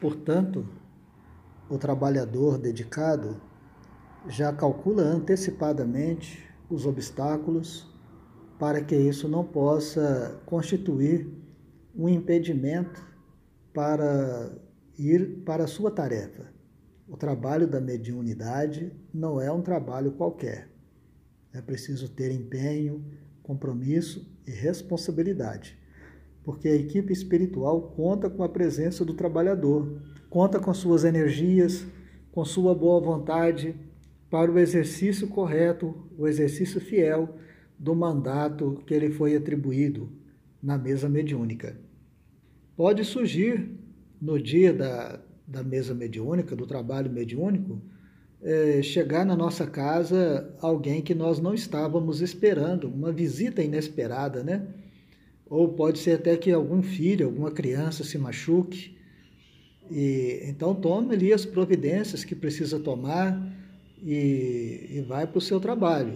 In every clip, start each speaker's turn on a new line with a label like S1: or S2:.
S1: Portanto, o trabalhador dedicado já calcula antecipadamente os obstáculos para que isso não possa constituir um impedimento para ir para a sua tarefa. O trabalho da mediunidade não é um trabalho qualquer. É preciso ter empenho, compromisso e responsabilidade, porque a equipe espiritual conta com a presença do trabalhador, conta com suas energias, com sua boa vontade para o exercício correto, o exercício fiel do mandato que lhe foi atribuído na mesa mediúnica. Pode surgir no dia da mesa mediúnica, do trabalho mediúnico, chegar na nossa casa alguém que nós não estávamos esperando, uma visita inesperada, né? Ou pode ser até que algum filho, alguma criança se machuque. E então tome ali as providências que precisa tomar e vai para o seu trabalho.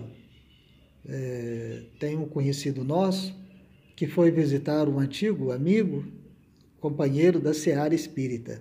S1: Tem um conhecido nosso que foi visitar um antigo amigo, companheiro da Seara Espírita.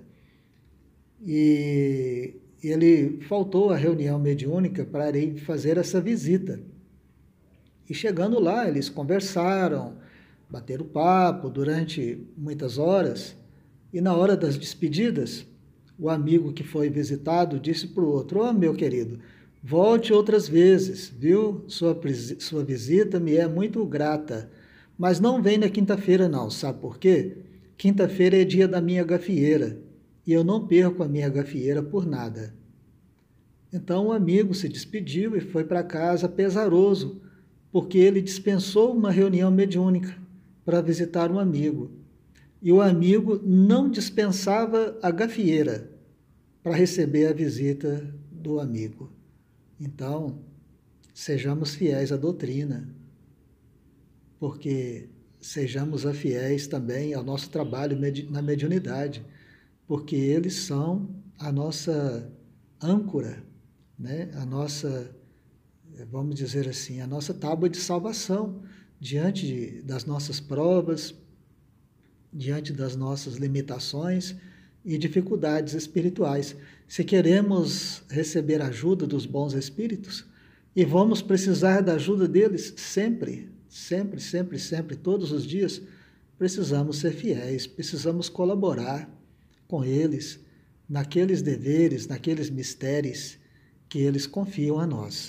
S1: E ele faltou à reunião mediúnica para ir fazer essa visita. E chegando lá, eles conversaram, bateram papo durante muitas horas, e na hora das despedidas, o amigo que foi visitado disse para o outro: "Ô, meu querido, volte outras vezes, viu? Sua visita me é muito grata, mas não vem na quinta-feira não, sabe por quê? Quinta-feira é dia da minha gafieira, e eu não perco a minha gafieira por nada." Então o amigo se despediu e foi para casa pesaroso, porque ele dispensou uma reunião mediúnica para visitar um amigo. E o amigo não dispensava a gafieira para receber a visita do amigo. Então, sejamos fiéis à doutrina, porque sejamos fiéis também ao nosso trabalho na mediunidade, porque eles são a nossa âncora, né? A nossa, vamos dizer assim, a nossa tábua de salvação diante das nossas provas, diante das nossas limitações e dificuldades espirituais. Se queremos receber a ajuda dos bons espíritos, e vamos precisar da ajuda deles sempre, sempre, sempre, sempre, todos os dias, precisamos ser fiéis, precisamos colaborar com eles naqueles deveres, naqueles mistérios que eles confiam a nós.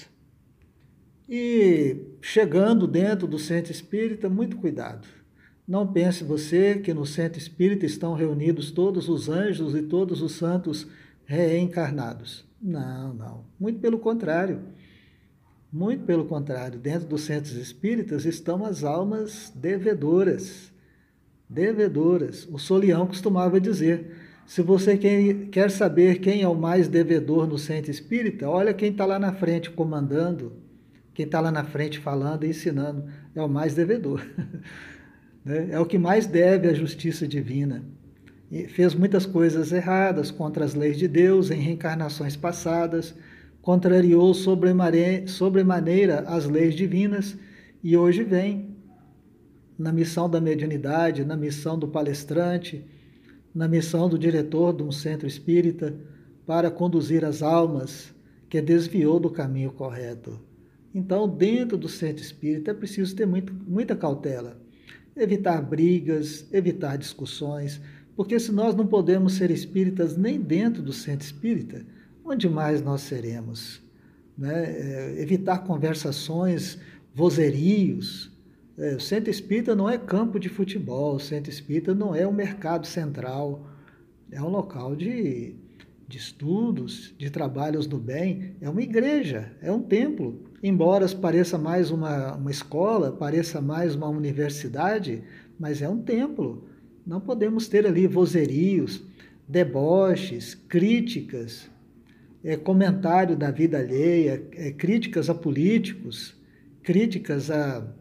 S1: E chegando dentro do centro espírita, muito cuidado. Não pense você que no centro espírita estão reunidos todos os anjos e todos os santos reencarnados. Não, não. Muito pelo contrário. Muito pelo contrário. Dentro dos centros espíritas estão as almas devedoras. Devedoras. O Solião costumava dizer: se você quer saber quem é o mais devedor no centro espírita, olha quem está lá na frente comandando, quem está lá na frente falando e ensinando, é o mais devedor. É o que mais deve à justiça divina. E fez muitas coisas erradas contra as leis de Deus em reencarnações passadas, contrariou sobremaneira as leis divinas e hoje vem na missão da mediunidade, na missão do palestrante, na missão do diretor de um centro espírita, para conduzir as almas que desviou do caminho correto. Então, dentro do centro espírita é preciso ter muita cautela. Evitar brigas, evitar discussões, porque se nós não podemos ser espíritas nem dentro do centro espírita, onde mais nós seremos? Né? Evitar conversações, vozerios. O centro espírita não é campo de futebol, o centro espírita não é um mercado central, é um local de estudos, de trabalhos do bem, é uma igreja, é um templo. Embora pareça mais uma escola, pareça mais uma universidade, mas é um templo. Não podemos ter ali vozerios, deboches, críticas, comentário da vida alheia, críticas a políticos, críticas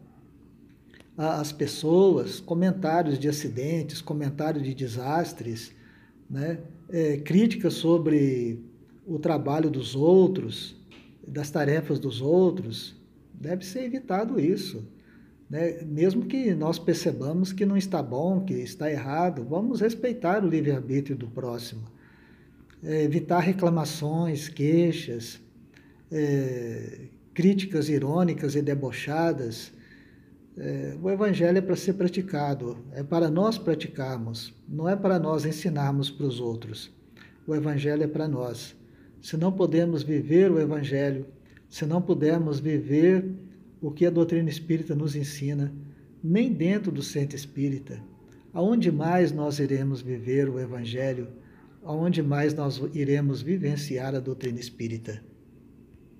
S1: às pessoas, comentários de acidentes, comentários de desastres, né? Críticas sobre o trabalho dos outros, das tarefas dos outros. Deve ser evitado isso. né? Mesmo que nós percebamos que não está bom, que está errado, vamos respeitar o livre-arbítrio do próximo. Evitar reclamações, queixas, críticas irônicas e debochadas. O Evangelho é para ser praticado, é para nós praticarmos, não é para nós ensinarmos para os outros. O Evangelho é para nós. Se não podemos viver o Evangelho, se não pudermos viver o que a doutrina espírita nos ensina, nem dentro do centro espírita, aonde mais nós iremos viver o Evangelho, aonde mais nós iremos vivenciar a doutrina espírita?